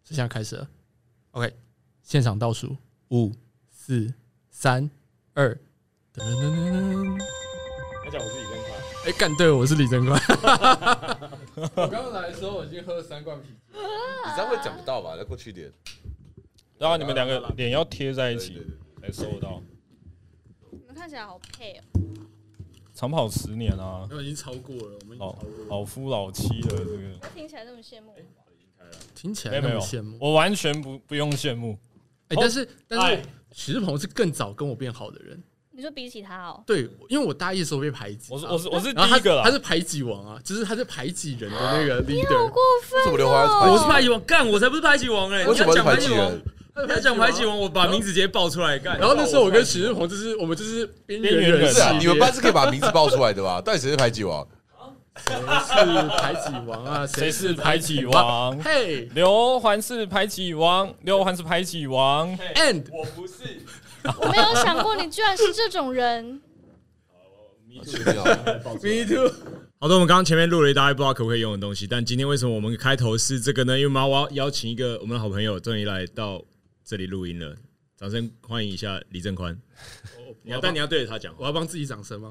现在开始了 ，OK， 现场倒数5、4、3、2，噔噔噔噔。 他讲我是李正宽， 哎，干对，我是李正宽。我刚刚来的时候，我已经喝了3罐啤酒。 你这样会讲不到吧？再过去一点。 然后你们两个脸要贴在一起才收到。 你们看起来好配哦。 长跑10年啊， 已经超过了，我们已经超过了。 老夫老妻了，这个听起来那么羡慕。 听起来那么羡慕， 我完全不用羡慕。 哎，但是许志鹏是更早跟我变好的人。 你说比起他哦？ 对，因为我大一的时候被排挤， 我是第一个啦， 他是排挤王啊，就是他是排挤人的那个 leader。 好过分！ 怎么刘华是我是排挤王，干我才不是排挤王嘞！ 为什么是排挤王？他讲排挤王，我把名字直接报出来干。 然后那时候我跟许志鹏我们就是边缘人士啊，你们班是可以把名字报出来的吧？到底谁是排挤王？ 谁是排挤王啊？ 谁是排挤王？ 嘿， 刘环是排挤王，刘环是排挤王。 And 我不是， 我没有想过你居然是这种人。 Me too。 好的，我们刚刚前面录了一大堆不知道可不可以用的东西，但今天为什么我们开头是这个呢？因为我要邀请一个我们的好朋友终于来到这里录音了，掌声欢迎一下李正宽。但你要对着他讲话， 我要帮自己掌声吗？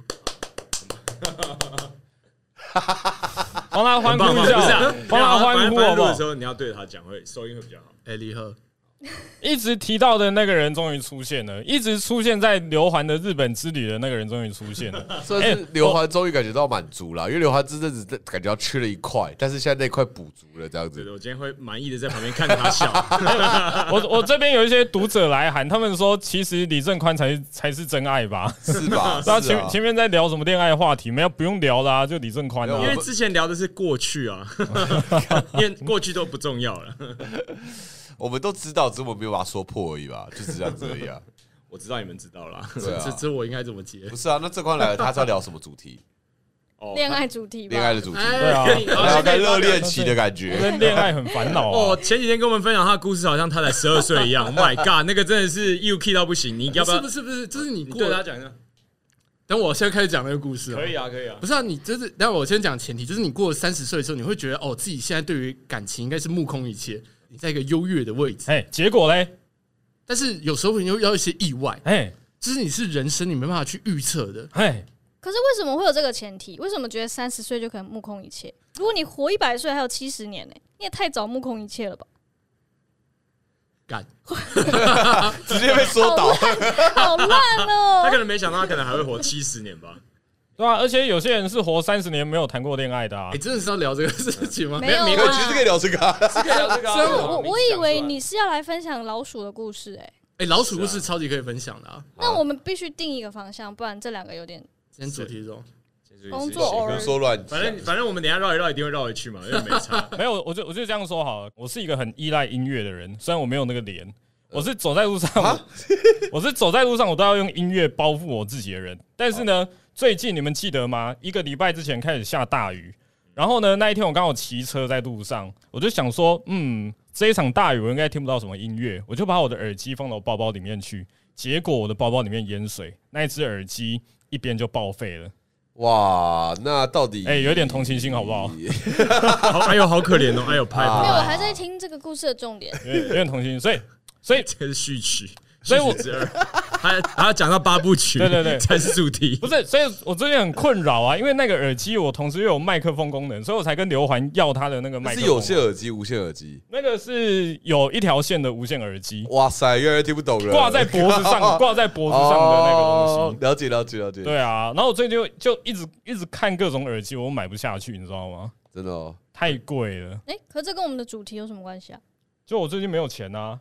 帮他欢呼一下，帮他欢呼好不好？ 的时候你要对着他讲，会收音会比较好。 哎，李贺， 一直提到的那个人终于出现了，一直出现在刘环的日本之旅的那个人终于出现了。 算是刘环终于感觉到满足了，因为刘环这阵子感觉到缺了一块，但是现在那块补足了，这样子。 我今天会满意的在旁边看着他笑。 我这边有一些读者来函，他们说其实李正宽才是真爱吧？ 是吧？ 他前面在聊什么恋爱话题，不用聊啦，就李正宽啊。 因为之前聊的是过去啊，因为过去都不重要了。 我们都知道，只是我们没有把它说破而已吧，就是这样子而已啊。 我知道你们知道啦。 对啊， 这我应该怎么接？ 不是啊，那正宽来了，他是要聊什么主题？ 恋爱主题吧， 恋爱的主题， 对啊， 聊看热恋期的感觉。 恋爱很烦恼哦。前几天跟我们分享他的故事，好像他才12岁一样。Oh my god， 那个真的是 UK 到不行。你要不要？ 不是，就是你对他讲一下。 等我现在开始讲那个故事。 可以啊，可以啊。 不是啊，你就是等我先讲前提，就是你过了30岁之后，你会觉得自己现在对于感情应该是目空一切，你在一个优越的位置。 结果嘞？ 但是有时候你又要一些意外，就是你是人生你没办法去预测的。 可是为什么会有这个前提？为什么觉得30岁就可能目空一切？如果你活100岁，还有70年呢，你也太早目空一切了吧？ 干， 直接被说倒， 好烂哦！ 他可能没想到，他可能还会活70年吧。 对啊，而且有些人是活30年没有谈过恋爱的啊。 真的是要聊这个事情吗？ 没有， 其实可以聊这个， 是可以聊这个。 我以为你是要来分享老鼠的故事， 老鼠故事超级可以分享的啊。 那我们必须定一个方向，不然这2个有点。 今天主题中。 工作不是说乱， 反正我们等一下绕一绕一定会绕回去嘛，因为没差。 没有，我就这样说好了。我是一个很依赖音乐的人，虽然我没有那个脸，我是走在路上，我是走在路上我都要用音乐包覆我自己的人。但是呢，最近你们记得吗？1个礼拜之前开始下大雨，然后呢那一天我刚好骑车在路上，我就想说，这一场大雨我应该听不到什么音乐，我就把我的耳机放到我包包里面去，结果我的包包里面淹水，那一只耳机一边就报废了。 哇，那到底有点同情心好不好？ 哎呦，好可怜哦！哎呦，拍没有，我还在听这个故事的重点， 有点同情，所以这个是序曲， 所以我还要讲到8部曲， 对， 才是主题。 不是，所以我最近很困扰啊，因为那个耳机我同时又有麦克风功能，所以我才跟刘环要他的那个麦克风。 是有线耳机、无线耳机？ 那个是有一条线的无线耳机。 哇塞，越来越听不懂了。 挂在脖子上的那个东西。 了解。 对啊，然后我最近就一直看各种耳机，我买不下去，你知道吗？ 真的哦， 太贵了。 可这跟我们的主题有什么关系啊？ 就我最近没有钱啊。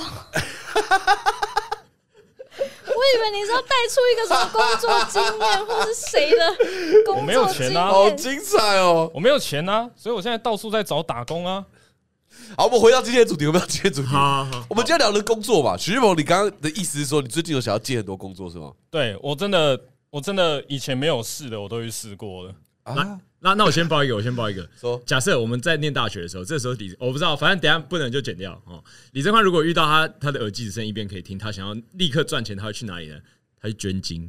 我以为你是要带出一个什么工作经验，或是谁的工作经验？ 我没有钱啊， 好精彩哦！ 我没有钱啊，所以我现在到处在找打工啊。 好，我们回到今天的主题，我们要今天主题。 好， 我们今天聊的工作嘛。许志鹏，你刚刚的意思是说，你最近有想要接很多工作是吗？ 对，我真的以前没有试的，我都去试过了啊。那我先报一个， 说假设我们在念大学的时候，这时候我不知道，反正等一下不能就剪掉哦。李正宽如果遇到他的耳机只剩一边可以听，他想要立刻赚钱，他会去哪里呢？他去捐精。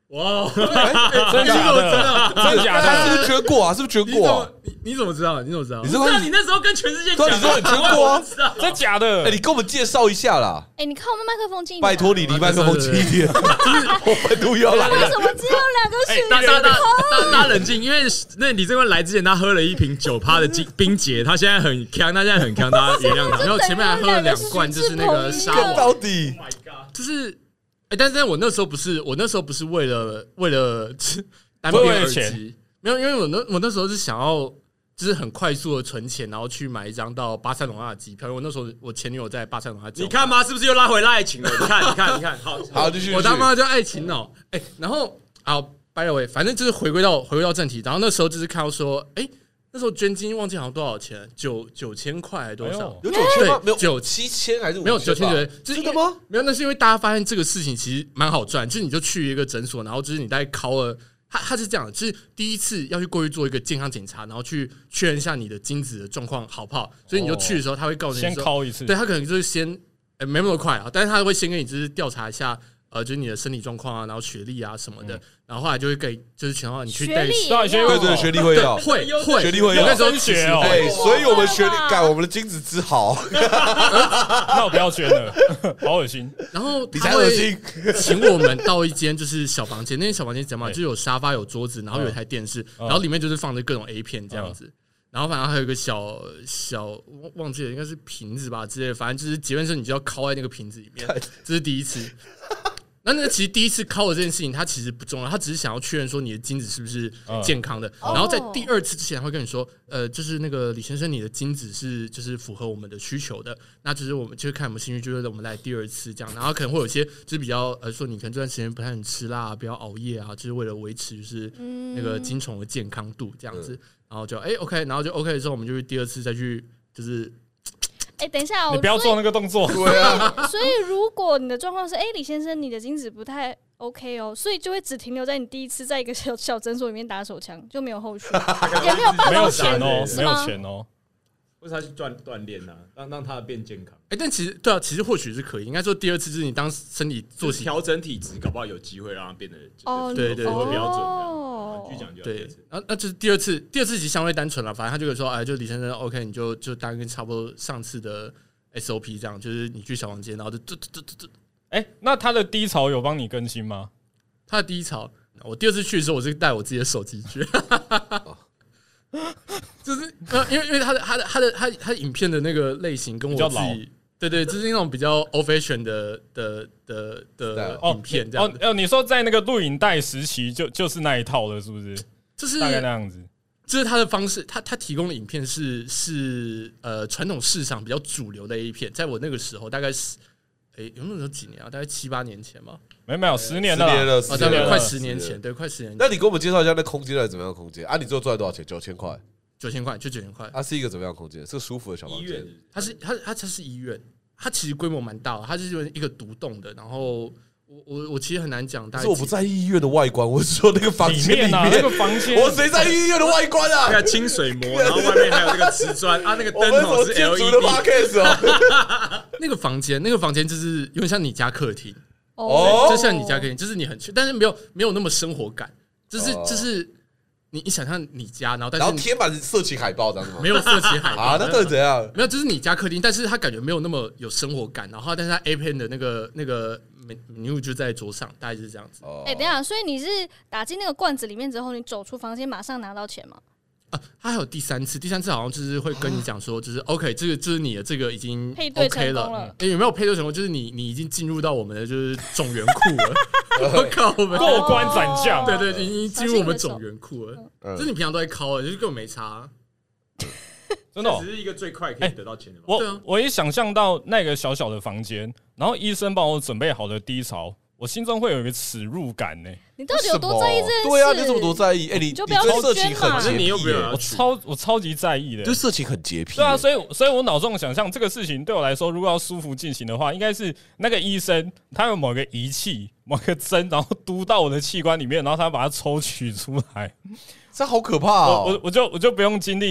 哇， 真假的？真假的？ 他是不是捐过啊？是不是捐过啊？ 你怎么知道？你怎么知道？ 你是你那时候跟全世界讲， 你说你捐过啊？ 真假的？ 哎，你给我们介绍一下啦！ 哎，你靠我们麦克风近一点， 拜托你离麦克风近一点，我们都要来了。 为什么只有2个选大家冷静，因为那李正坤来之前，他喝了一瓶9%的冰结，他现在很呛，大家原谅他。 然后前面还喝了2罐，就是那个沙瓦。 到底， 就是但是我那时候不是为了单边耳机，没有，因为我那时候是想要。就是很快速的存钱，然后去买一张到巴塞罗那的机票。因为我那时候我前女友在巴塞罗那， 你看嘛，是不是又拉回爱情了？你看， 好，继续。 我他妈就爱情脑，然后by the way， 反正就是回归到正题。然后那时候就是看到说，那时候捐金忘记好像多少钱，9000块还是多少？ 有9000吗？没有 ，7000 还是没有9000？ 真的吗？ 没有，那是因为大家发现这个事情其实蛮好赚，就是你就去一个诊所，然后就是你大概考了。他是这样的，就是第一次要去过去做一个健康检查，然后去确认一下你的精子的状况好不好。所以你就去的时候，他会告诉你说， 先考一次。 对他可能就是先没那么快啊，但是他会先跟你就是调查一下就是你的身体状况啊，然后学历啊什么的，然后后来就会给就是全号你去带对学历会要会学历会要那时候学哦， 所以我们学历改我们的精子之好， 那我不要捐了，好恶心。 然后你才恶心， 请我们到一间就是小房间，那间小房间怎么样？就有沙发有桌子，然后有一台电视，然后里面就是放着各种 A 片这样子。然后反正还有一个小忘记了，应该是瓶子吧之类的，反正就是结论是你就要靠在那个瓶子里面，这是第一次。那个其实第一次考的这件事情，它其实不重要，他只是想要确认说你的精子是不是健康的。然后在第2次之前，会跟你说，就是那个李先生，你的精子是就是符合我们的需求的，那就是我们就是看有没有兴趣，就是我们来第2次这样。然后可能会有一些就是比较说你可能这段时间不太能吃辣，不要熬夜啊，就是为了维持就是那个精虫的健康度这样子。然后就OK， 然后就 OK 的时候，我们就第2次再去就是。 等一下， 你不要做那个动作。 对啊。 所以如果你的状况是，李先生，你的精子不太 OK 哦，所以就会只停留在你第1次在一个小诊所里面打手枪，就没有后续，也没有办法钱哦，没有钱哦。 或者他去锻炼啊，让他变健康。 但其实对啊，其实或许是可以。应该说第2次就是你当身体做起调整体质，搞不好有机会让它变得对符合标准这样。 对，那就是第2次其实相对单纯了。反正他就会说，就李先生 OK， 你就大概差不多上次的 SOP 这样，就是你去小房间，然后就那他的低潮有帮你更新吗？ 他的低潮，我第2次去的时候，我是带我自己的手机去。就是因为他的影片的那个类型跟我自己对，就是那种比较 old fashion 的影片这样。 你说在那个录影带时期就是那一套的，是不是？ 就是大概那样子。 这是他的方式，他提供的影片是传统市场比较主流的 A 片，在我那个时候大概是有那时候几年啊？大概7-8年前吧。 没有10年了， 大概快10年前，对，快10年前。 那你给我们介绍一下那空间到底怎么样的空间啊？你最后赚了多少钱？9000块 ，9000块就9000块。 它是一个怎么样的空间？是个舒服的小房间。 它是医院，它其实规模蛮大的，它是一个独栋的。然后我其实很难讲， 但是我不在意医院的外观，我是说那个房间里面那个房间， 我谁在意医院的外观啊？ 那个清水膜，然后外面还有那个瓷砖啊，那个灯筒是 LED 的 Podcast 哦。 那个房间就是有点像你家客厅。 哦， 就像你家客厅，就是你很去，但是没有那么生活感，就是你想象你家，然后贴满色情海报这样子吗？ 没有色情海报啊，那到底怎样？ 没有，就是你家客厅，但是它感觉没有那么有生活感，然后但是它 A 片的那个 menu 就在桌上，大概就是这样子。 等一下，所以你是打进那个罐子里面之后，你走出房间马上拿到钱吗？ 他还有第3次好像就是会跟你讲说，就是 OK， 这个就是你的这个已经 OK 了。有没有配对成功？就是你已经进入到我们的就是总员库了。我靠，我们过关斩将， 对，已经进入我们总员库了。就是你平常都在敲，就是根本没差。 真的， 只是一个最快可以得到钱的方法。我也想象到那个小小的房间，然后医生帮我准备好的低潮。我心中会有一个耻辱感呢。 你到底有多在意这件事？ 对啊，你怎么多在意？你就不要对色情很洁癖， 我超级在意的， 对色情很洁癖。 对啊，所以我脑中想象这个事情对我来说，如果要舒服进行的话，应该是那个医生他有某个仪器、某个针，然后嘟到我的器官里面，然后他把它抽取出来。 这好可怕哦！ 我就不用经历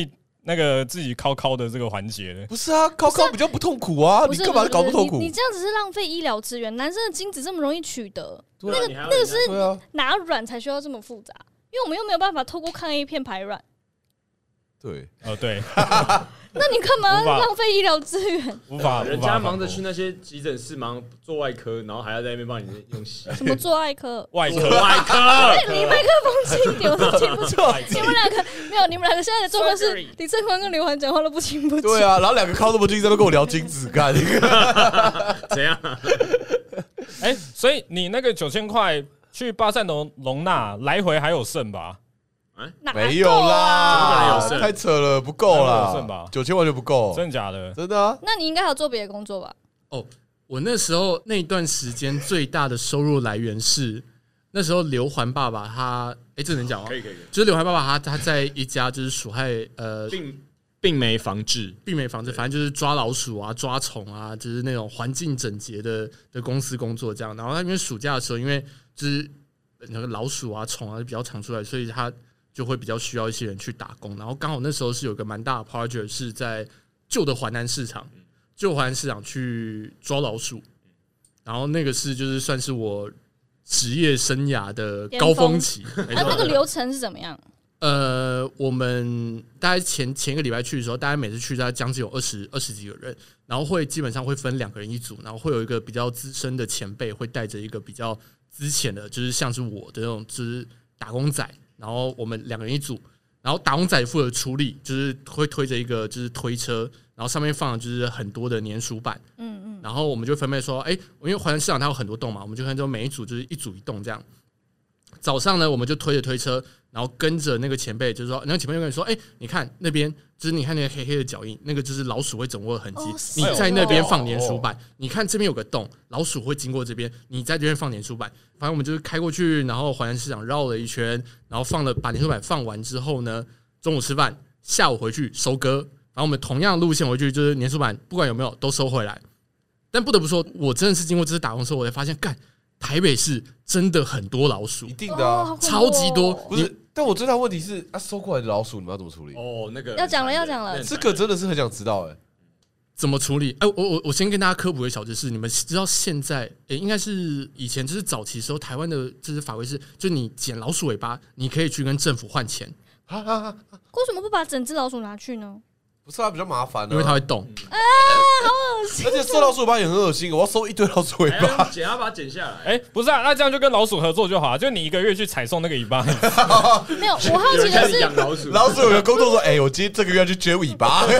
那个自己敲的这个环节的。 不是啊，敲比较不痛苦啊，你干嘛搞不痛苦？ 你这样子是浪费医疗资源。男生的精子这么容易取得，那个是拿卵才需要这么复杂，因为我们又没有办法透过抗 A 片排卵。 对， 对。 那你干嘛浪费医疗资源？ 无法， 人家忙着去那些急诊室忙做外科，然后还要在那边帮你用洗。 什么做外科？ 外科， 你麦克风轻一点，我都听不出。你们两个没有，你们两个现在的状况是李正宽跟刘涵讲话都不清不楚。 对啊，然后两个靠那么近，在那跟我聊精子干， 怎样？ 所以你那个9000块去巴塞隆纳来回还有剩吧？ 没有啦， 怎么可能有剩？ 太扯了，不够啦， 有剩吧 ？9000完全不够， 真的假的？ 真的啊？ 那你应该还有做别的工作吧？ 我那时候那段时间最大的收入来源是那时候刘环爸爸他，这能讲吗？ 可以。 就是刘环爸爸他在一家就是鼠害病媒防治， 反正就是抓老鼠啊、抓虫啊，就是那种环境整洁的公司工作这样。然后他因为暑假的时候，因为就是那个老鼠啊、虫啊比较常出来，所以他就会比较需要一些人去打工。然后刚好那时候是有个蛮大的 project 是在旧的华南市场去抓老鼠，然后那个是就是算是我职业生涯的高峰期。 那个流程是怎么样？ 我们大概前一个礼拜去的时候，大概每次去大概将近有20几个人，然后基本上会分2个人一组，然后会有一个比较资深的前辈会带着一个比较资浅的，就是像是我的那种就是打工仔，然后我们2个人一组，然后打工仔负责出力，就是会推着一个就是推车，然后上面放的就是很多的粘鼠板，然后我们就分配说，因为华南市场它有很多栋嘛，我们就看到每一组就是一组一栋这样。早上呢，我们就推着推车，然后跟着那个前辈，就是说，那个前辈就跟你说，你看那边，就是你看那个黑黑的脚印，那个就是老鼠会掌握的痕迹。你在那边放粘鼠板，你看这边有个洞，老鼠会经过这边，你在这边放粘鼠板。反正我们就是开过去，然后华南市场绕了一圈，然后把粘鼠板放完之后呢，中午吃饭，下午回去收割。然后我们同样的路线回去，就是粘鼠板不管有没有都收回来。但不得不说，我真的是经过这次打工之后，我才发现，台北市真的很多老鼠， 一定的啊， 超级多。 不是，但我最大的问题是收过来的老鼠你们要怎么处理？ 那个要讲了， 这个真的是很想知道怎么处理？我先跟大家科普一个小知识，你们知道现在应该是以前就是早期时候台湾的就是法规是，就你捡老鼠尾巴，你可以去跟政府换钱。 为什么不把整只老鼠拿去呢？ 不是比较麻烦， 因为它会动好恶心！ 而且收老鼠尾巴也很恶心，我要收一堆老鼠尾巴， 要把它剪下来。 不是啊，那这样就跟老鼠合作就好了，就你1个月去采送那个尾巴。 没有，我好奇的是， 养老鼠有个工作说，我今天这个月要去剪尾巴。 我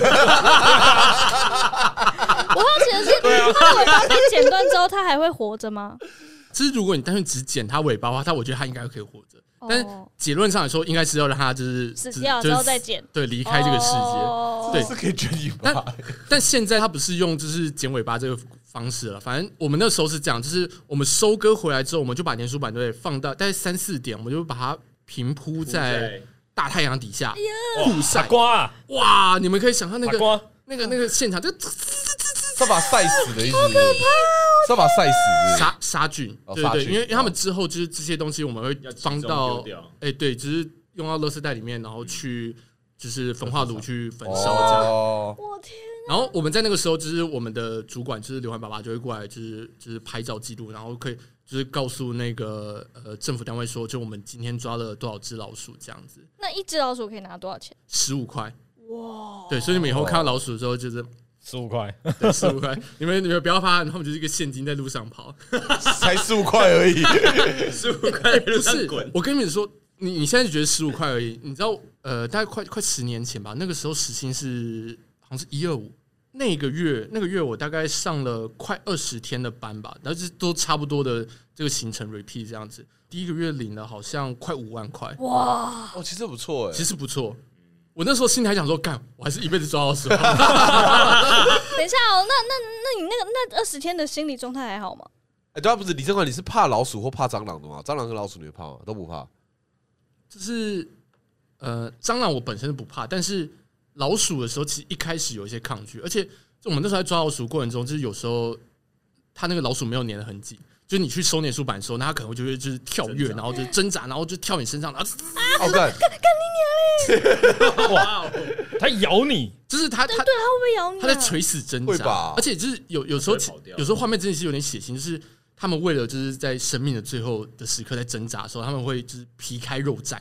好奇的是，它的尾巴被剪断之后，它还会活着吗？ 就是如果你单纯只剪它尾巴的话，我觉得它应该可以活着。但是结论上来说，应该是要让它就是死掉之后再剪， 对，离开这个世界，对， 是可以剪尾巴。 但现在它不是用就是剪尾巴这个方式了，反正我们那时候是这样，就是我们收割回来之后，我们就把粘鼠板放到大概3、4点，我们就把它平铺在大太阳底下曝晒。 瓜哇，你们可以想象那个现场就。 是把晒死的意思，是把晒死杀菌，对，因为他们之后就是这些东西我们会放到，对，只是用到垃圾袋里面，然后去就是焚化炉去焚烧这样。 我天！ 然后我们在那个时候，就是我们的主管就是刘涵爸爸就会过来，就是拍照记录，然后可以就是告诉那个政府单位说，就我们今天抓了多少只老鼠这样子。 那一只老鼠可以拿多少钱 ？15块。 哇！ 对，所以你们以后看到老鼠的时候，就是。 15块， 对，15块。你们不要怕，他们就是一个现金在路上跑， 才15块而已 ，15块不是。我跟你们说，你现在就觉得15块而已，你知道，大概快10年前吧，那个时候时薪是好像是125，那个月我大概上了快20天的班吧，但是都差不多的这个行程 repeat 这样子，第一个月领了好像快5万块， 哇， 其实不错其实不错。我那时候心里还想说，我还是一辈子抓老鼠。等一下那你那20天的心理状态还好吗？ 对啊，不是李正宽，你是怕老鼠或怕蟑螂的吗？蟑螂跟老鼠你会怕吗？都不怕。 就是蟑螂我本身不怕，但是老鼠的时候，其实一开始有一些抗拒，而且我们那时候在抓老鼠过程中，就是有时候它那个老鼠没有粘的痕迹， 就是你去收年书版的时候，那他可能就会就是跳跃，然后就挣扎，然后就跳你身上，然后好干， 哇，它咬你， 就是他对，它会不会咬你？ 他在垂死挣扎， 会吧而且就是有时候画面真的是有点血腥，就是他们为了就是在生命的最后的时刻在挣扎的时候，他们会就是皮开肉绽。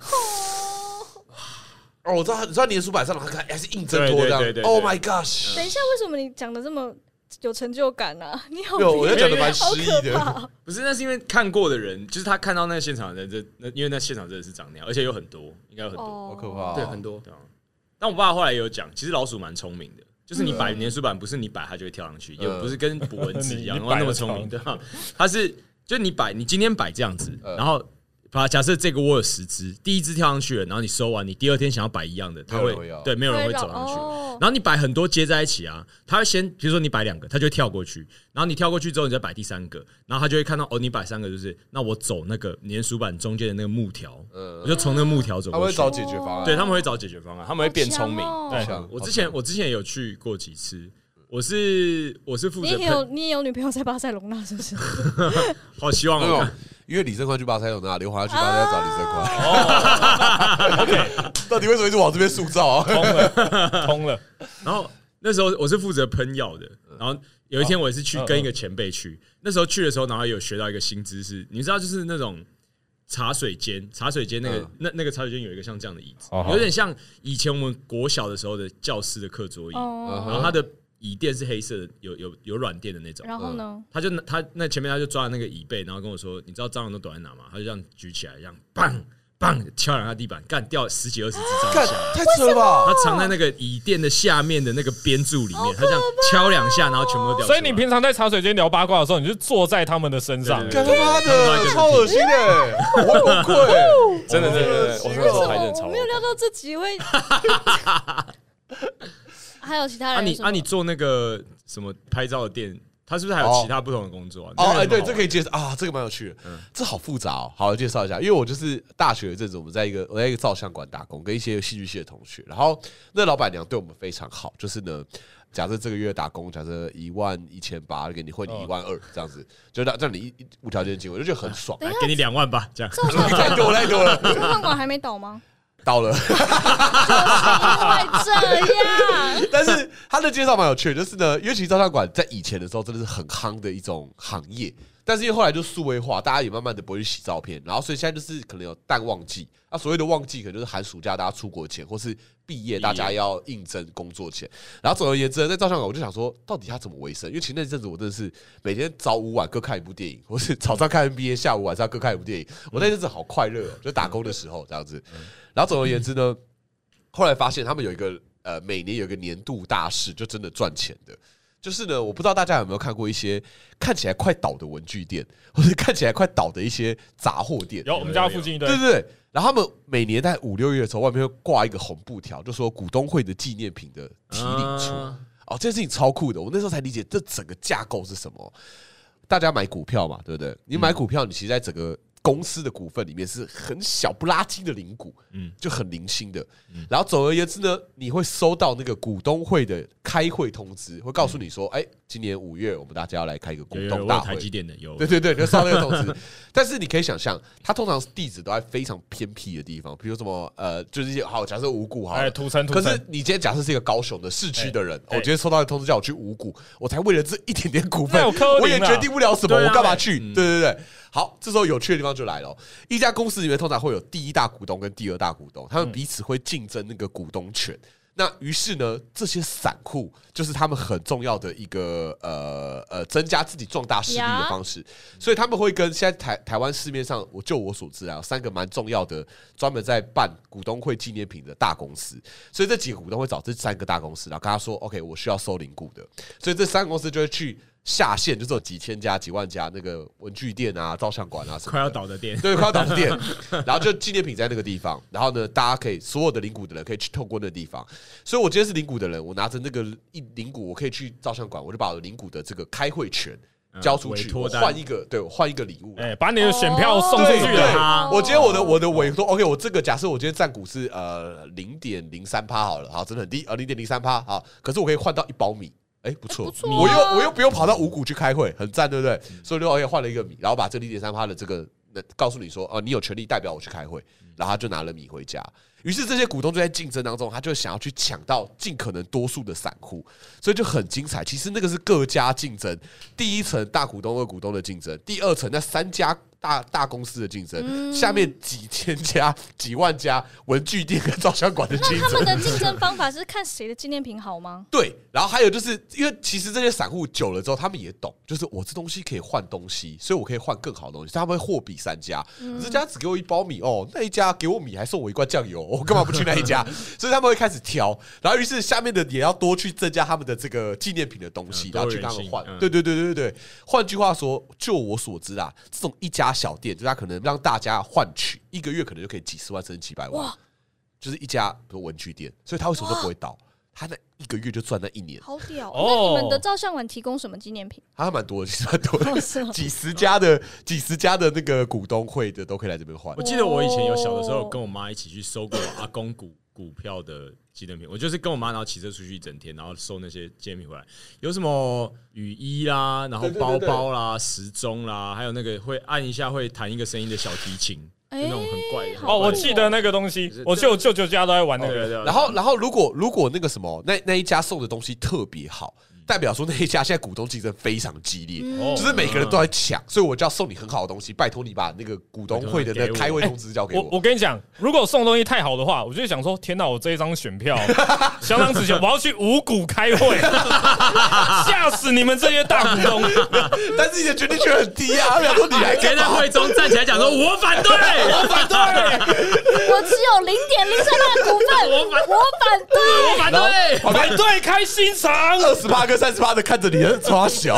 哦，我知道，你知道年书版上还是硬挣脱这样。Oh my gosh！ 等一下，为什么你讲的这么有成就感呢？你好， 我在讲的蛮诗意的。 不是，那是因为看过的人，就是他看到那个现场的人，因为那现场真的是长那样，而且有很多，应该有很多， 好可怕。 对，很多。 但我爸后来也有讲，其实老鼠蛮聪明的，就是你摆年书版，不是你摆它就会跳上去，也不是跟捕蚊子一样那么聪明的，它是就你今天摆这样子，然后。假设这个窝有10只，第一只跳上去了，然后你收完，你第二天想要摆一样的，它会对，没有人会走上去。然后你摆很多接在一起啊，它会先，比如说你摆2个，它就会跳过去，然后你跳过去之后，你再摆第3个，然后它就会看到你摆3个，就是那我走那个年书板中间的那个木条，我就从那个木条走过去。 他们会找解决方案， 对，他们会找解决方案，他们会变聪明。对，我之前也有去过几次。我是负责， 你也有女朋友在巴塞隆纳是不是？ 好希望哦， 因为李正宽去巴塞隆纳，刘华要去巴塞要找李正宽。OK， 到底为什么一直往这边塑造啊？ 通了。 然后那时候我是负责喷药的，然后有一天我也是去跟一个前辈去，那时候去的时候，然后有学到一个新知识，你知道就是那种。茶水间那个茶水间有一个像这样的椅子，有点像以前我们国小的时候的教室的课桌椅，然后它的椅垫是黑色的，有软垫的那种。 然后呢， 他那前面他就抓那个椅背，然后跟我说：“你知道蟑螂都躲在哪吗？”他就这样举起来，这样砰砰敲2下地板，干掉10几20只蟑螂下来， 太扯了吧！ 他藏在那个椅垫的下面的那个边柱里面，他这样敲2下，然后全部都掉。 所以你平常在茶水间聊八卦的时候，你就坐在他们的身上， 干他妈的，超恶心的，我会崩溃， 真的，我那时候还真的超。 我没有料到这集会。还有其他人？ 你做那个什么拍照的店？他是不是还有其他不同的工作啊？对，这可以介绍啊，这个蛮有趣的，这好复杂哦。好，介绍一下，因为我就是大学的阵子，我在一个照相馆打工，跟一些戏剧系的同学，然后那老板娘对我们非常好，就是呢，假设这个月打工，假设11800给你汇你12000这样子，就让你无条件进，我就觉得很爽， 给你2万吧，这样太多了。 照相馆还没倒吗？ 到了， 就是因为这样。 但是他的介绍蛮有趣的，就是呢，因为其实照相馆在以前的时候真的是很夯的一种行业，但是因为后来就数位化，大家也慢慢的不会去洗照片，然后所以现在就是可能有淡旺季，所谓的旺季可能就是寒暑假大家出国前，或是毕业大家要应征工作前，然后总而言之，在照相馆我就想说，到底他怎么维生？因为其实那阵子我真的是每天早午晚各看一部电影，或是早上看 NBA， 下午晚上各看一部电影，我那阵子好快乐哦，就打工的时候这样子。然后总而言之呢，后来发现他们有一个每年有一个年度大事，就真的赚钱的。就是呢，我不知道大家有没有看过一些看起来快倒的文具店，或者看起来快倒的一些杂货店。 有我们家附近一堆。 对。然后他们每年在5、6月的时候，外面会挂一个红布条，就说股东会的纪念品的提领出。这件事情超酷的。我那时候才理解这整个架构是什么。大家买股票嘛，对不对？你买股票，你其实在整个公司的股份里面是很小不拉几的零股，就很零星的。然后总而言之呢，你会收到那个股东会的开会通知，会告诉你说，今年5月我们大家要来开一个股东大会。 台积电的有， 对，你就收到那个通知。但是你可以想象，它通常地址都在非常偏僻的地方，比如什么就是一些好，假设五股好， 土城。 可是你今天假设是一个高雄的市区的人，我今天收到的通知叫我去五股，我才为了这一点点股份，我也决定不了什么，我干嘛去？对。好，这时候有趣的地方就来了。一家公司里面通常会有第一大股东跟第二大股东，他们彼此会竞争那个股东权。那于是呢，这些散户就是他们很重要的一个增加自己壮大势力的方式，所以他们会跟现在台湾市面上，就我所知啊，3个蛮重要的专门在办股东会纪念品的大公司，所以这几个股东会找这3个大公司，然后跟他说 ，OK， 我需要收零股的，所以这3个公司就会去下线，就是有几千家、几万家那个文具店啊、照相馆啊什么快要倒的店， 对，快要倒的店，然后就纪念品在那个地方，然后呢，大家可以所有的零股的人可以去透过那个地方，所以我今天是零股的人，我拿着那个零股，我可以去照相馆，我就把我的零股的这个开会权交出去，我换一个礼物， 把你的选票送出去了。 我今天我的委托 ，OK， 我这个假设我今天占股是0.03%好了，好，真的很低，0.03%好，可是我可以换到1包米。 不错， 我又不用跑到五股去开会，很赞，对不对？所以就换了一个米，然后把这 0.3% 的这个告诉你说，你有权利代表我去开会，然后他就拿了米回家。于是这些股东就在竞争当中，他就想要去抢到尽可能多数的散户，所以就很精彩。其实那个是各家竞争，第一层大股东、二股东的竞争，第二层那3家大公司的竞争，下面几千家、几万家文具店跟照相馆的竞争。 那他们的竞争方法是看谁的纪念品好吗？ 对，然后还有就是因为其实这些散户久了之后，他们也懂，就是我这东西可以换东西，所以我可以换更好的东西，所以他们会货比3家。这家只给我1包米哦，那一家给我米还送我1罐酱油，我干嘛不去那一家？所以他们会开始挑，然后于是下面的也要多去增加他们的这个纪念品的东西，然后去跟他们换。对。换句话说，就我所知啊，这种一家小店，就是他可能让大家换取1个月可能就可以几10万甚至几百万，就是一家比如文具店，所以他为什么都不会倒？他那1个月就赚那1年， 好屌！那你们的照相馆提供什么纪念品？ 还蛮多的，其实蛮多的，几十家的那个股东会的都可以来这边换。 我记得我以前有小的时候跟我妈一起去收过阿公股票的纪念品，我就是跟我妈然后骑车出去一整天，然后收那些纪念品回来，有什么雨衣啦，然后包包啦、时钟啦，还有那个会按一下会弹一个声音的小提琴。就那种很怪的我记得那个东西，我舅舅家都在玩那个。 然后如果那个什么那一家送的东西特别好，代表说那一家现在股东竞争非常激烈，就是每个人都在抢，所以我就要送你很好的东西，拜托你把那个股东会的那个开会通知交给我。 我跟你讲，如果送东西太好的话，我就想说，天哪，我这一张选票相当值钱，我要去五股开会，吓死你们这些大股东！ 但是你的决定权很低啊，比方说你还可以在会中站起来讲说，我反对， 我反对， 我持有0.03%的股份，我反对， 反对开新厂 ，20%跟30%的看着你，超小。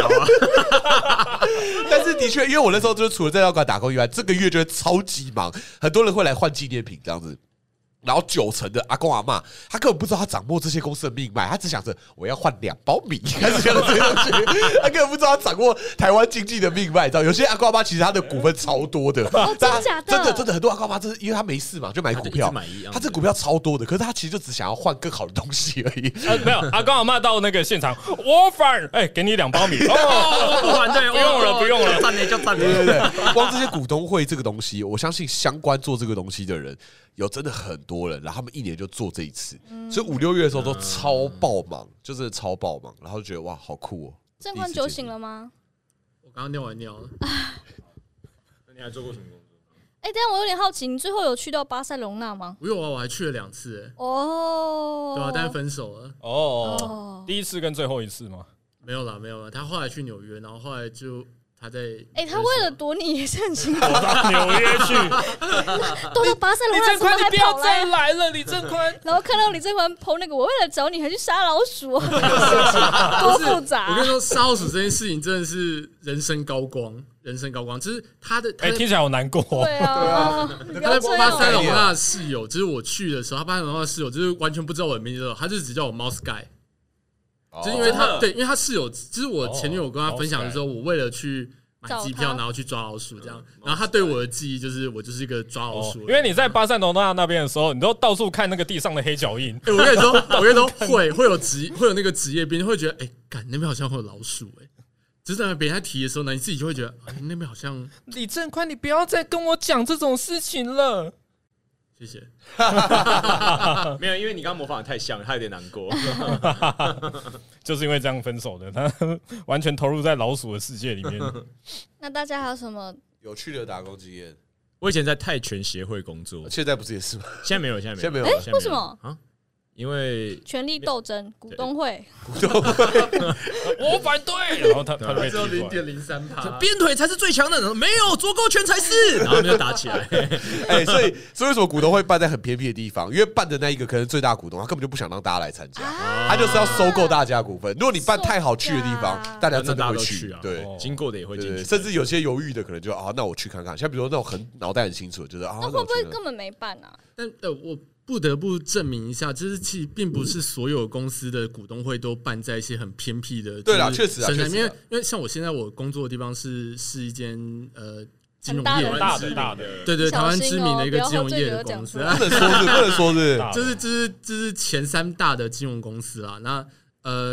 但是的确，因为我那时候就是除了在药馆打工以外，这个月就会超级忙，很多人会来换纪念品这样子。然后90%的阿公阿嬷，他根本不知道他掌握这些公司的命脉，他只想着我要换2包米，开始想这些东西，他根本不知道他掌握台湾经济的命脉，你知道？有些阿公阿嬷其实他的股份超多的， 真的假的？ 真的很多阿公阿嬷，因为他没事嘛，就买股票，他这股票超多的，可是他其实就只想要换更好的东西而已。 没有，阿公阿嬷到那个现场，我反，给你2包米， 不反对， 不用了， 赞就赞对。光这些股东会这个东西，我相信相关做这个东西的人。有真的很多人，然后他们1年就做这一次，所以5、6月的时候都超爆忙，就是超爆忙，然后就觉得哇，好酷哦！ 正宽酒醒了吗？ 我刚刚尿完尿了。 那你还做过什么工作？ 但我有点好奇，你最后有去到巴塞隆纳吗？ 我有啊，我还去了2次。对啊，但是分手了。第一次跟最后一次吗？ 没有啦。他后来去纽约，然后后来就。他在他为了躲你也是很辛苦， 躲到纽约去， 躲到巴塞罗那， 李正宽，你不要再来了，李正宽。 然后看到李正宽 po 那个，我为了找你还去杀老鼠，多复杂。 我跟你说，杀老鼠这件事情真的是人生高光，就是他的， 听起来好难过。 对啊， 他在巴塞罗那的室友，就是我去的时候，他巴塞罗那的室友就是完全不知道我的名字，他就只叫我 Mouse Guy。就是因为因为他室友，就是我前女友跟他分享的时候，我为了去买机票，然后去抓老鼠这样，然后他对我的记忆就是我就是一个抓老鼠。 因为你在巴塞罗那那边的时候，你都到处看那个地上的黑脚印。 我跟你说，会有那个职业病，会觉得干那边好像会有老鼠就是在别人在提的时候呢，你自己就会觉得那边好像。 李正宽，你不要再跟我讲这种事情了。 谢谢。 没有，因为你刚刚模仿的太像，他有点难过。 就是因为这样分手的，他完全投入在老鼠的世界里面。 那大家还有什么有趣的打工经验？ 我以前在泰拳协会工作， 现在不是也是吗？ 现在没有。 为什么啊？因为权力斗争，股东会， 我反对。然后他只有0.03%， 鞭腿才是最强的，没有左勾拳才是。然后他们就打起来。 所以为什么股东会办在很偏僻的地方？因为办的那一个可能最大股东，他根本就不想让大家来参加，他就是要收购大家股份。如果你办太好去的地方，大家真的会去啊。对， 经过的也会进去， 甚至有些犹豫的可能就那我去看看。像比如说那种很脑袋很清楚，就是那会不会根本没办啊？ 但我。不得不证明一下，就是其实并不是所有公司的股东会都办在一些很偏僻的。 对啦，确实啊， 因为像我现在我工作的地方是一间金融业大的， 对，台湾知名的一个金融业的公司， 不能说是， 这是前3大的金融公司啦。那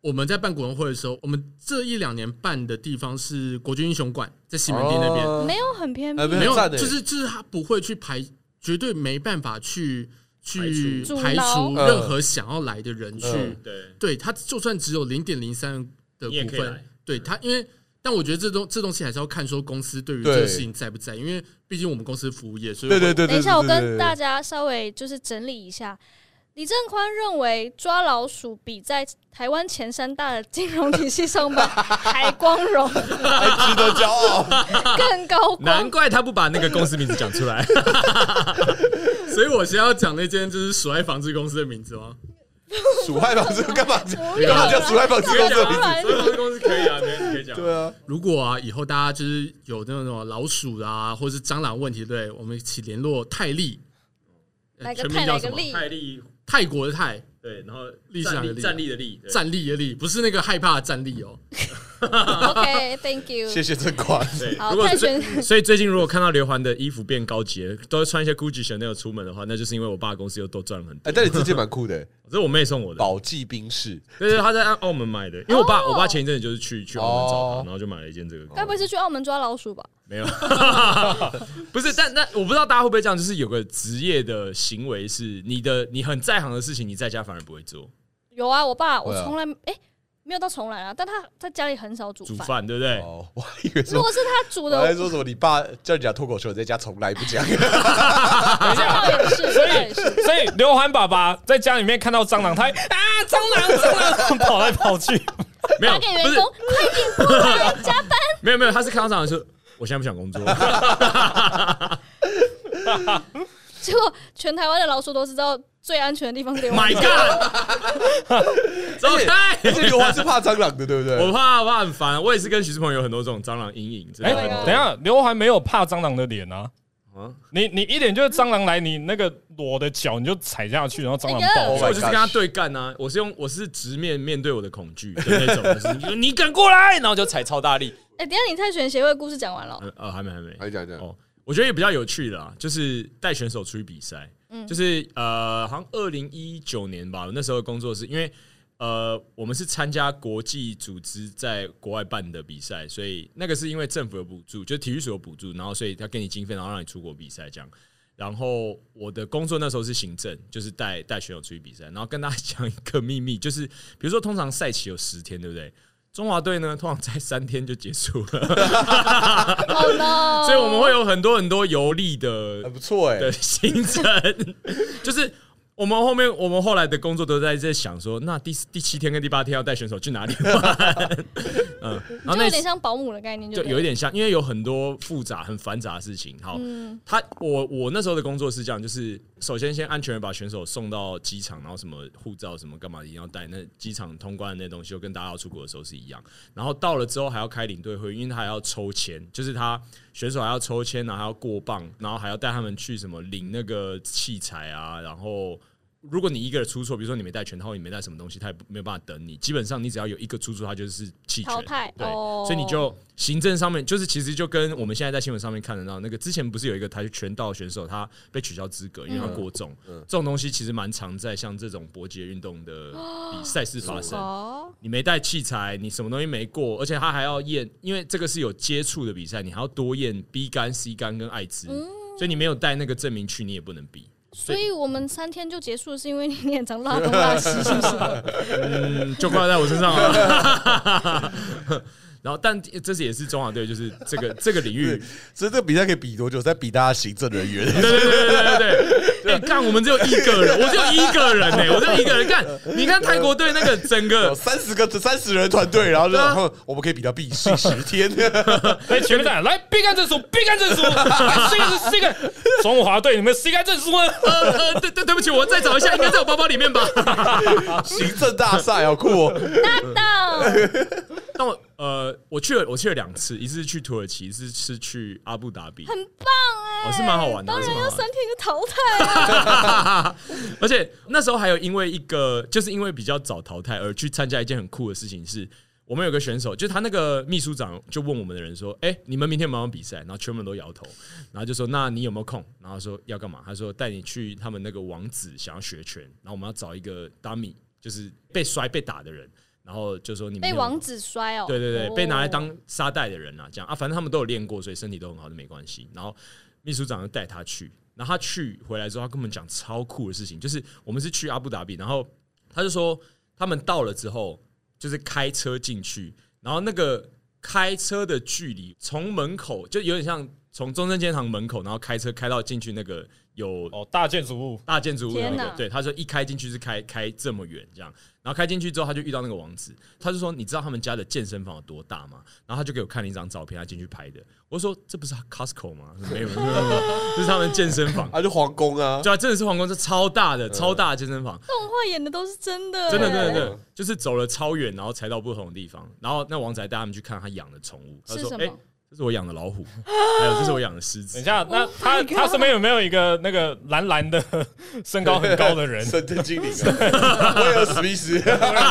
我们在办股东会的时候，我们这1-2年办的地方是国军英雄馆，在西门町那边， 没有很偏僻， 没有，就是他不会去绝对没办法去排除任何想要来的人去，对他就算只有0.03的股份，对他，因为但我觉得这东西还是要看说公司对于这个事情在不在，因为毕竟我们公司服务业，所以对。 等一下，我跟大家稍微就是整理一下。李正宽认为抓老鼠比在台湾前3大的金融体系上班还光荣， 还值得骄傲， 更高光。 难怪他不把那个公司名字讲出来。 所以我先要讲那间就是鼠爱纺织公司的名字吗？ 鼠害纺织干嘛叫鼠害纺织公司的名字？ 鼠害纺织公司可以啊，你可以讲。 对啊， 如果以后大家就是有那种老鼠啊，或是蟑螂问题，对，我们一起联络泰利， 哪个泰哪个利？ 泰利。 泰国的泰， 对，然后站立的立，不是那个害怕的站立哦。 OK，Thank you， 谢谢正宽。 好，泰拳。 所以最近如果看到刘环的衣服变高级了，都穿一些 Gucci、Chanel 出门的话，那就是因为我爸公司又都赚了很多。 但你这件蛮酷的， 这是我妹送我的宝记冰室。 对，他在澳门买的，因为我爸前一阵子就是去澳门找他，然后就买了一件这个。 该不会是去澳门抓老鼠吧？ 没有，不是，但我不知道大家会不会这样，就是有个职业的行为是你很在行的事情，你在家反而不会做。 有啊，我爸我从来没有到从来啊，但他在家里很少煮饭，对不对？ 我以为如果是他煮的， 我还说什么你爸叫你讲脱口秀，在家从来不讲。 等一下，所以刘环爸爸在家里面看到蟑螂，他蟑螂跑来跑去。 没有， 打给员工，快点过来加班。 没有，他是看到蟑螂说，我现在不想工作。 结果全台湾的老鼠都知道最安全的地方是刘环。 My God！ 走开！ 而且刘环是怕蟑螂的，对不对？ 我怕很烦，我也是跟徐志鹏有很多这种蟑螂阴影。 等一下，刘环没有怕蟑螂的脸啊。你一点就是蟑螂来，你那个裸的脚你就踩下去，然后蟑螂爆， 我就是跟他对干啊！我是直面对我的恐惧的那种，就是你敢过来，然后就踩超大力。 等一下你泰拳协会的故事讲完了？ 还没， 还讲哦。我觉得也比较有趣的啦，就是带选手出去比赛，就是好像2019年吧，那时候工作是因为我们是参加国际组织在国外办的比赛，所以那个是因为政府有补助，就是体育署有补助，然后所以他给你经费，然后让你出国比赛这样。然后我的工作那时候是行政，就是带选手出去比赛，然后跟大家讲一个秘密，就是比如说通常赛期有10天，对不对？中华队呢，通常在3天就结束了，所以我们会有很多游历的， 还不错的行程，就是我们后来的工作都在想说，那第7天跟第8天要带选手去哪里玩？ 然后有点像保姆的概念， 就有一点像，因为有很多很繁杂的事情。好，我那时候的工作是这样，就是首先安全的把选手送到机场，然后什么护照什么干嘛一定要带，那机场通关的那东西就跟大家要出国的时候是一样。然后到了之后还要开领队会，因为他还要抽签，就是他选手还要抽签，然后还要过磅，然后还要带他们去什么领那个器材啊，然后。如果你一个人出错，比如说你没带拳套，你没带什么东西，他也没有办法等你。基本上你只要有一个出错，他就是弃权。 淘汰。 对，所以你就行政上面就是其实就跟我们现在在新闻上面看得到那个之前不是有一个跆拳道选手他被取消资格，因为他过重。这种东西其实蛮常在像这种搏击运动的赛事发生。你没带器材，你什么东西没过，而且他还要验，因为这个是有接触的比赛，你还要多验 B 肝、C 肝跟艾滋，所以你没有带那个证明去，你也不能比。 所以我们3天就结束，是因为你很常拉东拉西，是不是？ 就怪在我身上了。然后，但这也是中华队，就是这个领域， 所以这个比赛可以比多久？在比大家行政人员。 对，干我们只有1个人，我只有1个人呢，我只有1个人干。你看泰国队那个整个 30人团队，然后我们可以比到必须10天。 哎，全面来，B 肝证书，B 肝证书，C 肝，中华队，你们 C 肝证书呢？ 对不起，我再找一下，应该在我包包里面吧。 行政大赛好酷哦！ 但我去了2次，一次是去土耳其，一次是去阿布达比， 很棒哎， 是蛮好玩的。 当然要3天就淘汰啊！ 而且那时候还有因为就是因为比较早淘汰而去参加一件很酷的事情是。我们有个选手，就是他那个秘书长就问我们的人说：“你们明天有没有比赛？”然后全部人都摇头，然后就说：“那你有没有空？”然后说要干嘛？他说：“带你去他们那个王子想要学拳，然后我们要找一个 dummy， 就是被摔被打的人， 然后就说你被王子摔哦， 对对对，被拿来当沙袋的人啊，这样啊，反正他们都有练过，所以身体都很好，就没关系。然后秘书长就带他去，然后他去回来之后，他跟我们讲超酷的事情，就是我们是去阿布达比，然后他就说他们到了之后，就是开车进去，然后那个开车的距离从门口就有点像从中正纪念堂门口，然后开车开到进去那个有大建筑物那个，对，他说一开进去是开这么远这样，然后开进去之后他就遇到那个王子，他就说你知道他们家的健身房有多大吗？然后他就给我看了一张照片，他进去拍的。我说这不是 Costco 吗？没有，这是他们健身房， 就皇宫啊， 对啊，真的是皇宫，这超大的健身房， 动画演的都是真的， 真的，就是走了超远，然后才到不同的地方，然后那王子还带他们去看他养的宠物，他说这是我养的老虎，还有这是我养的狮子。 等一下，那他身边有没有一个那个蓝蓝的、身高很高的人？ 神经精灵，威尔史密斯，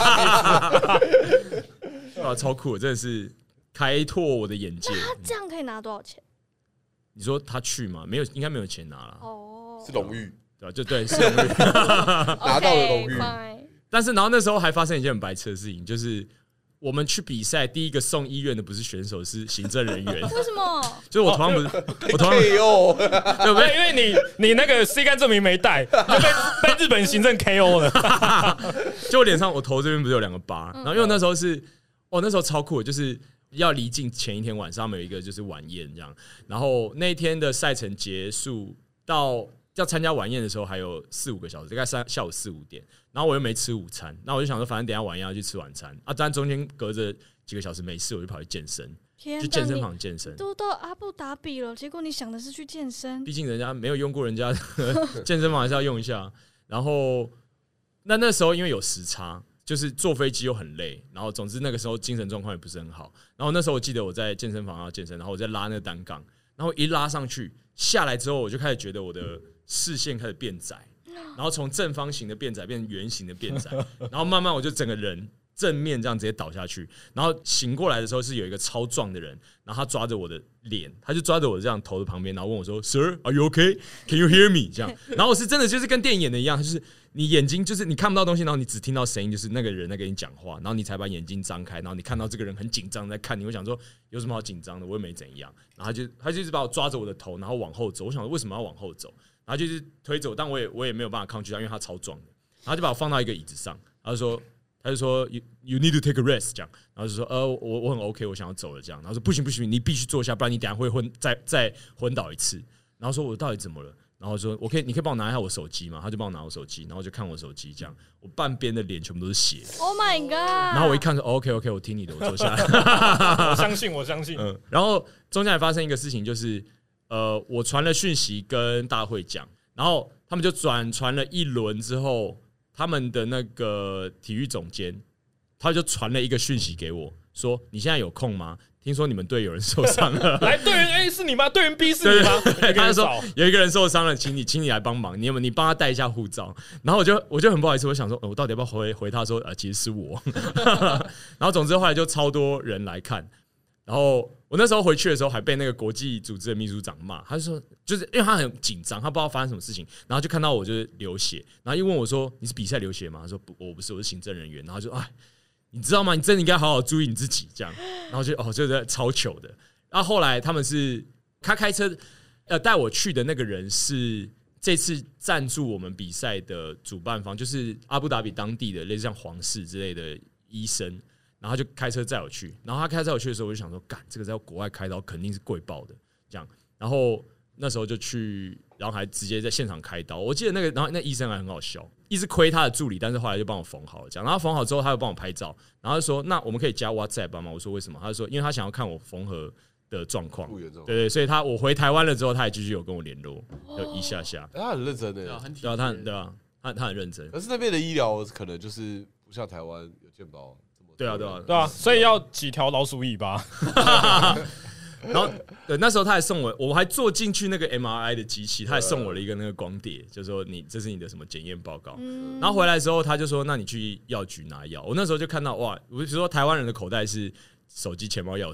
哇，超酷，真的是开拓我的眼界。 那他这样可以拿多少钱？ 你说他去吗？没有，应该没有钱拿了。 是荣誉， 对吧？就对，是荣誉， 拿到了荣誉。 但是，然后那时候还发生一件很白痴的事情，就是我们去比赛，第一个送医院的不是选手，是行政人员。 为什么？ 就是我头上不是，我头上对不对？因为你那个 C 肝证明没带，就被日本行政 KO 了。 就我脸上，我头这边不是有2个疤，然后因为我那时候是，那时候超酷的，就是要离境前一天晚上，他们有一个就是晚宴这样，然后那一天的赛程结束到要参加晚宴的时候还有4-5个小时，大概下午4-5点，然后我又没吃午餐，那我就想说，反正等一下晚宴要去吃晚餐啊，但中间隔着几个小时没事，我就跑去健身，去健身房健身。 都到阿布达比了，结果你想的是去健身？ 毕竟人家没有用过人家的健身房，还是要用一下。然后那时候因为有时差，就是坐飞机又很累，然后总之那个时候精神状况也不是很好。然后那时候我记得我在健身房要健身，然后我在拉那个单杠，然后一拉上去下来之后，我就开始觉得我的视线开始变窄，然后从正方形的变窄变成圆形的变窄，然后慢慢我就整个人正面这样直接倒下去，然后醒过来的时候是有一个超壮的人，然后他抓着我的脸，他就抓着我这样头的旁边，然后问我说 ：“Sir, are you okay? Can you hear me？” 这样，然后我是真的就是跟电影演的一样，就是你眼睛就是你看不到东西，然后你只听到声音，就是那个人在跟你讲话，然后你才把眼睛张开，然后你看到这个人很紧张在看你，会想说有什么好紧张的？我又没怎样，然后他就一直把我抓着我的头，然后往后走，我想说为什么要往后走？然后就是推走，但我也没有办法抗拒他，因为他超壮的，然后就把我放到一个椅子上，他就说 you need to take a rest 这样，然后就说我很 OK， 我想要走了这样，然后说不行，你必须坐下，不然你等一下会再昏倒一次。然后说我到底怎么了？然后说你可以帮我拿一下我手机吗？他就帮我拿我手机，然后就看我手机这样，我半边的脸全部都是血。 Oh my god！ 然后我一看说 OK， 我听你的，我坐下来。 我相信。 然后中间还发生一个事情，就是我传了讯息跟大会讲，然后他们就传了一轮之后，他们的那个体育总监他就传了一个讯息给我，说你现在有空吗？听说你们队有人受伤了， 来队员 A 是你吗？队员 B 是你吗？ 他就说有一个人受伤了，请你来帮忙，你帮他带一下护照。然后我就很不好意思，我想说，我到底要不要回他说其实是我。然后总之后来就超多人来看，然后我那时候回去的时候还被那个国际组织的秘书长骂，他就说就是因为他很紧张，他不知道发生什么事情，然后就看到我就是流血，然后又问我说你是比赛流血吗？他说我不是，我是行政人员。然后就你知道吗？你真的应该好好注意你自己，这样。然后就是超糗的。然后后来他们是他开车带我去的那个人是这次赞助我们比赛的主办方，就是阿布达比当地的类似像皇室之类的医生，然后他就开车载我去。然后他开车载我去的时候，我就想说，干这个在国外开刀肯定是贵爆的，这样。然后那时候就去，然后还直接在现场开刀。我记得然后那医生还很好笑，一直亏他的助理，但是后来就帮我缝好了，这样。然后缝好之后，他又帮我拍照，然后就说：“那我们可以加 WhatsApp 吗？”我说：“为什么？”他就说：“因为他想要看我缝合的状况。”对，所以我回台湾了之后，他也继续有跟我联络，有一下下。 他很认真的， 对啊，他很认真。 可是那边的医疗可能就是不像台湾有健保这么。 对啊，所以要几条老鼠尾巴。 然后对，那时候他还送我还坐进去那个 MRI 的机器，他还送我了一个那个光碟，就说这是你的什么检验报告。然后回来之后，他就说那你去药局拿药。我那时候就看到哇，比如说台湾人的口袋是手机、钱包、钥匙，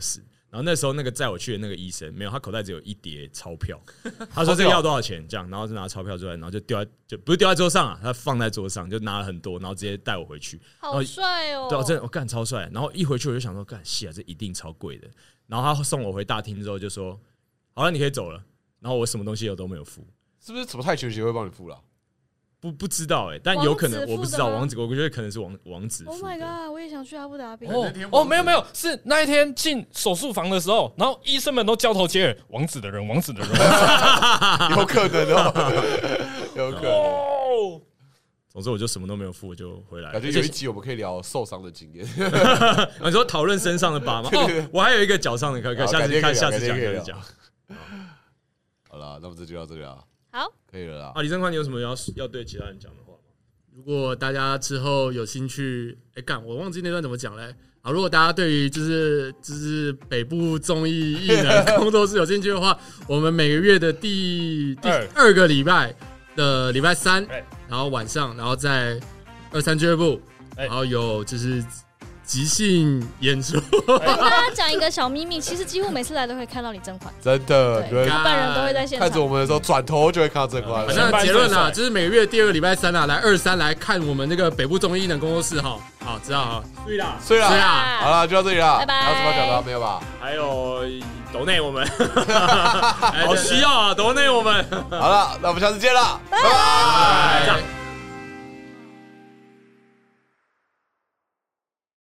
然后那时候那个载我去的那个医生没有，他口袋只有一叠钞票，他说这个要多少钱这样，然后就拿钞票出来，然后就不是丢在桌上啊，他放在桌上就拿了很多，然后直接带我回去， 好帅哦！ 对啊，真的我干超帅。然后一回去我就想说，干戏啊，这一定超贵的。然后他送我回大厅之后就说，好了，你可以走了。然后我什么东西我都没有付， 是不是什么泰拳协会帮你付了？ 不知道但有可能我不知道王子，我觉得可能是王子。 Oh my god！ 我也想去阿布达比。 没有，是那一天进手术房的时候，然后医生们都交头接耳，王子的人，有可能有可能。 总之我就什么都没有付，我就回来。 感觉有一集我们可以聊受伤的经验。 你说讨论身上的疤吗？我还有一个脚上的，可以下次讲。 好了，那么这就到这里了。 好， 可以了啦。 李正宽，你有什么要对其他人讲的话吗？ 如果大家之后有兴趣，我忘记那段怎么讲嘞。如果大家对于就是北部综艺艺能工作室有兴趣的话，我们每个月的第2个礼拜的礼拜3，然后晚上，然后在23俱乐部，然后有就是即兴演出。 跟大家讲一个小秘密，其实几乎每次来都会看到李正宽， 真的， 他本人都会在现场看着我们的时候，转头就会看到正宽。 反正结论就是每个月第2个礼拜3来23来看我们那个北部综艺艺能工作室哈。好，知道哈， 睡啦，好了，就到这里了， 拜拜。 还有什么要讲的没有吧？ 还有抖内我们，好需要啊，抖内我们。 好了，那我们下次见了，拜拜。